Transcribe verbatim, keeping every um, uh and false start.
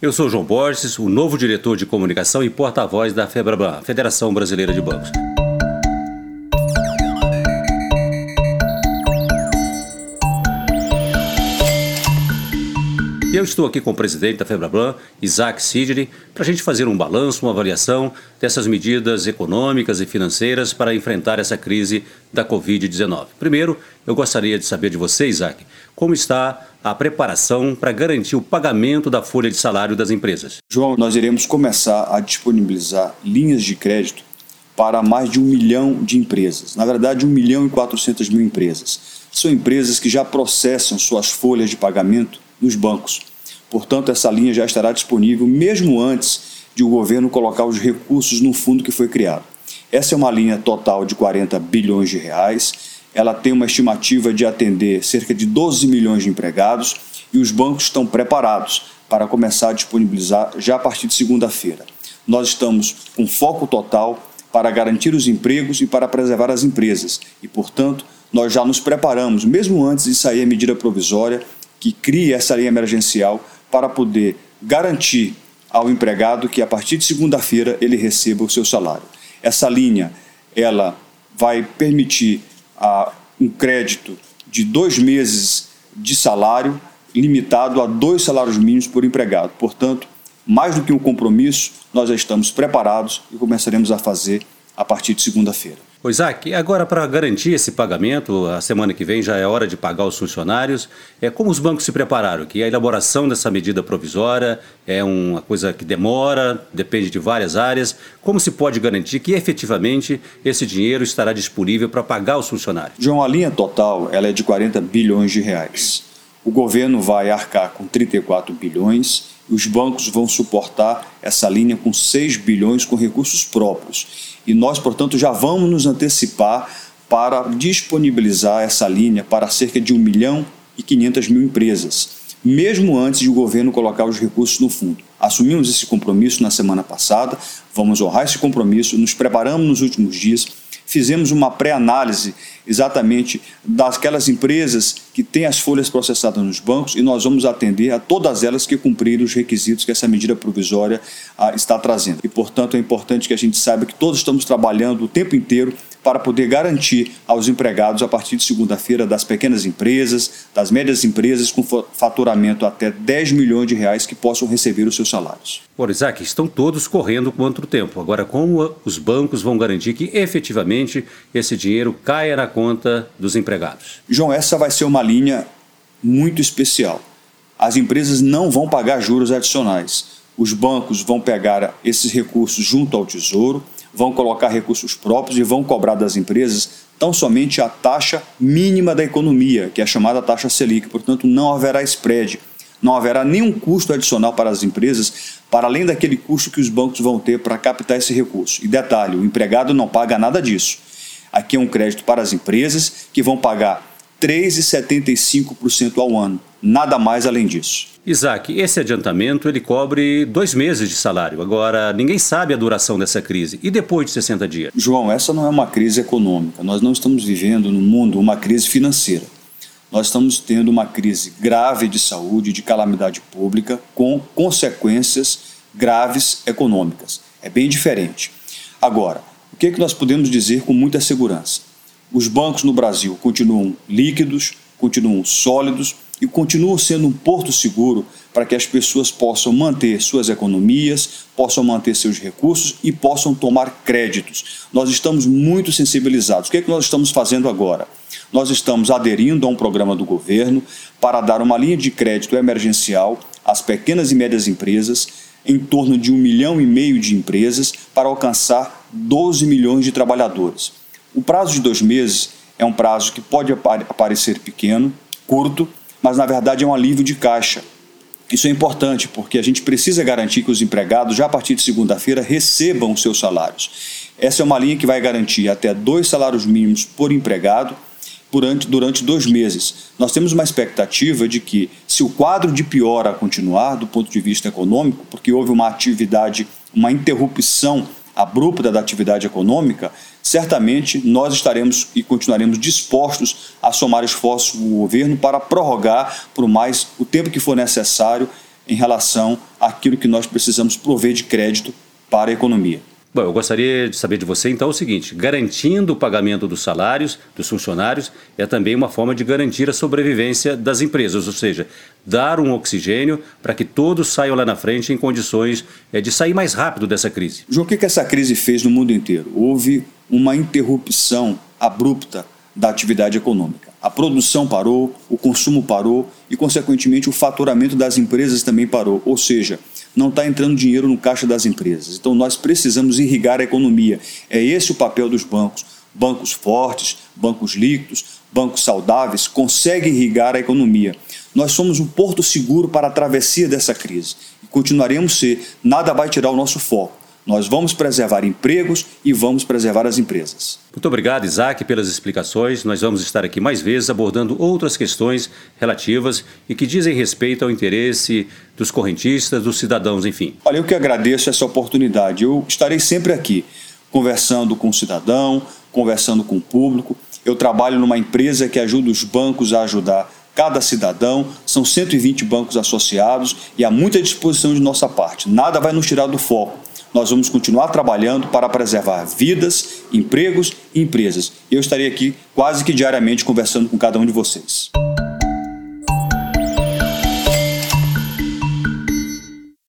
Eu sou João Borges, o novo diretor de comunicação e porta-voz da FEBRABAN, Federação Brasileira de Bancos. E eu estou aqui com o presidente da FEBRABAN, Isaac Sidney, para a gente fazer um balanço, uma avaliação dessas medidas econômicas e financeiras para enfrentar essa crise da covid dezenove. Primeiro, eu gostaria de saber de você, Isaac, como está a preparação para garantir o pagamento da folha de salário das empresas. João, nós iremos começar a disponibilizar linhas de crédito para mais de um milhão de empresas. Na verdade, um milhão e quatrocentas mil empresas. São empresas que já processam suas folhas de pagamento nos bancos. Portanto, essa linha já estará disponível mesmo antes de o governo colocar os recursos no fundo que foi criado. Essa é uma linha total de quarenta bilhões de reais. Ela tem uma estimativa de atender cerca de doze milhões de empregados e os bancos estão preparados para começar a disponibilizar já a partir de segunda-feira. Nós estamos com foco total para garantir os empregos e para preservar as empresas e, portanto, nós já nos preparamos, mesmo antes de sair a medida provisória, que cria essa linha emergencial para poder garantir ao empregado que a partir de segunda-feira ele receba o seu salário. Essa linha ela vai permitir ah, um crédito de dois meses de salário limitado a dois salários mínimos por empregado. Portanto, mais do que um compromisso, nós já estamos preparados e começaremos a fazer a partir de segunda-feira. Ô Isaac, agora para garantir esse pagamento, a semana que vem já é hora de pagar os funcionários, é como os bancos se prepararam, que a elaboração dessa medida provisória é uma coisa que demora, depende de várias áreas, como se pode garantir que efetivamente esse dinheiro estará disponível para pagar os funcionários? João, a linha total ela é de quarenta bilhões de reais. O governo vai arcar com trinta e quatro bilhões e os bancos vão suportar essa linha com seis bilhões com recursos próprios. E nós, portanto, já vamos nos antecipar para disponibilizar essa linha para cerca de um milhão e quinhentas mil empresas, mesmo antes de o governo colocar os recursos no fundo. Assumimos esse compromisso na semana passada, vamos honrar esse compromisso, nos preparamos nos últimos dias, fizemos uma pré-análise exatamente daquelas empresas que têm as folhas processadas nos bancos e nós vamos atender a todas elas que cumprirem os requisitos que essa medida provisória ah, está trazendo. E, portanto, é importante que a gente saiba que todos estamos trabalhando o tempo inteiro para poder garantir aos empregados, a partir de segunda-feira, das pequenas empresas, das médias empresas com faturamento até dez milhões de reais que possam receber os seus salários. Bom, Isaac, estão todos correndo contra o tempo. Agora, como os bancos vão garantir que efetivamente esse dinheiro caia na conta dos empregados? João, essa vai ser uma linha muito especial. As empresas não vão pagar juros adicionais. Os bancos vão pegar esses recursos junto ao Tesouro, vão colocar recursos próprios e vão cobrar das empresas tão somente a taxa mínima da economia, que é a chamada taxa Selic. Portanto, não haverá spread, não haverá nenhum custo adicional para as empresas, para além daquele custo que os bancos vão ter para captar esse recurso. E detalhe, o empregado não paga nada disso. Aqui é um crédito para as empresas que vão pagar três vírgula setenta e cinco por cento ao ano, nada mais além disso. Isaac, esse adiantamento ele cobre dois meses de salário. Agora, ninguém sabe a duração dessa crise. E depois de sessenta dias? João, essa não é uma crise econômica. Nós não estamos vivendo no mundo uma crise financeira. Nós estamos tendo uma crise grave de saúde, de calamidade pública, com consequências graves econômicas. É bem diferente. Agora, o que é que nós podemos dizer com muita segurança? Os bancos no Brasil continuam líquidos, continuam sólidos e continuam sendo um porto seguro para que as pessoas possam manter suas economias, possam manter seus recursos e possam tomar créditos. Nós estamos muito sensibilizados. O que é que nós estamos fazendo agora? Nós estamos aderindo a um programa do governo para dar uma linha de crédito emergencial às pequenas e médias empresas, em torno de um milhão e meio de empresas, para alcançar doze milhões de trabalhadores. O prazo de dois meses é um prazo que pode parecer pequeno, curto, mas na verdade é um alívio de caixa. Isso é importante porque a gente precisa garantir que os empregados, já a partir de segunda-feira, recebam os seus salários. Essa é uma linha que vai garantir até dois salários mínimos por empregado durante, durante dois meses. Nós temos uma expectativa de que, se o quadro de piora continuar do ponto de vista econômico, porque houve uma atividade, uma interrupção abrupta da atividade econômica, certamente nós estaremos e continuaremos dispostos a somar esforços do governo para prorrogar por mais o tempo que for necessário em relação aquilo que nós precisamos prover de crédito para a economia. Bom, eu gostaria de saber de você então o seguinte: garantindo o pagamento dos salários dos funcionários é também uma forma de garantir a sobrevivência das empresas, ou seja, dar um oxigênio para que todos saiam lá na frente em condições é, de sair mais rápido dessa crise. João, o que essa crise fez no mundo inteiro? Houve uma interrupção abrupta da atividade econômica. A produção parou, o consumo parou e, consequentemente, o faturamento das empresas também parou, ou seja, não está entrando dinheiro no caixa das empresas. Então nós precisamos irrigar a economia. É esse o papel dos bancos. Bancos fortes, bancos líquidos, bancos saudáveis conseguem irrigar a economia. Nós somos um porto seguro para a travessia dessa crise e continuaremos a ser. Nada vai tirar o nosso foco. Nós vamos preservar empregos e vamos preservar as empresas. Muito obrigado, Isaac, pelas explicações. Nós vamos estar aqui mais vezes abordando outras questões relativas e que dizem respeito ao interesse dos correntistas, dos cidadãos, enfim. Olha, eu que agradeço essa oportunidade. Eu estarei sempre aqui, conversando com o cidadão, conversando com o público. Eu trabalho numa empresa que ajuda os bancos a ajudar cada cidadão. São cento e vinte bancos associados e há muita disposição de nossa parte. Nada vai nos tirar do foco. Nós vamos continuar trabalhando para preservar vidas, empregos e empresas. Eu estarei aqui quase que diariamente conversando com cada um de vocês.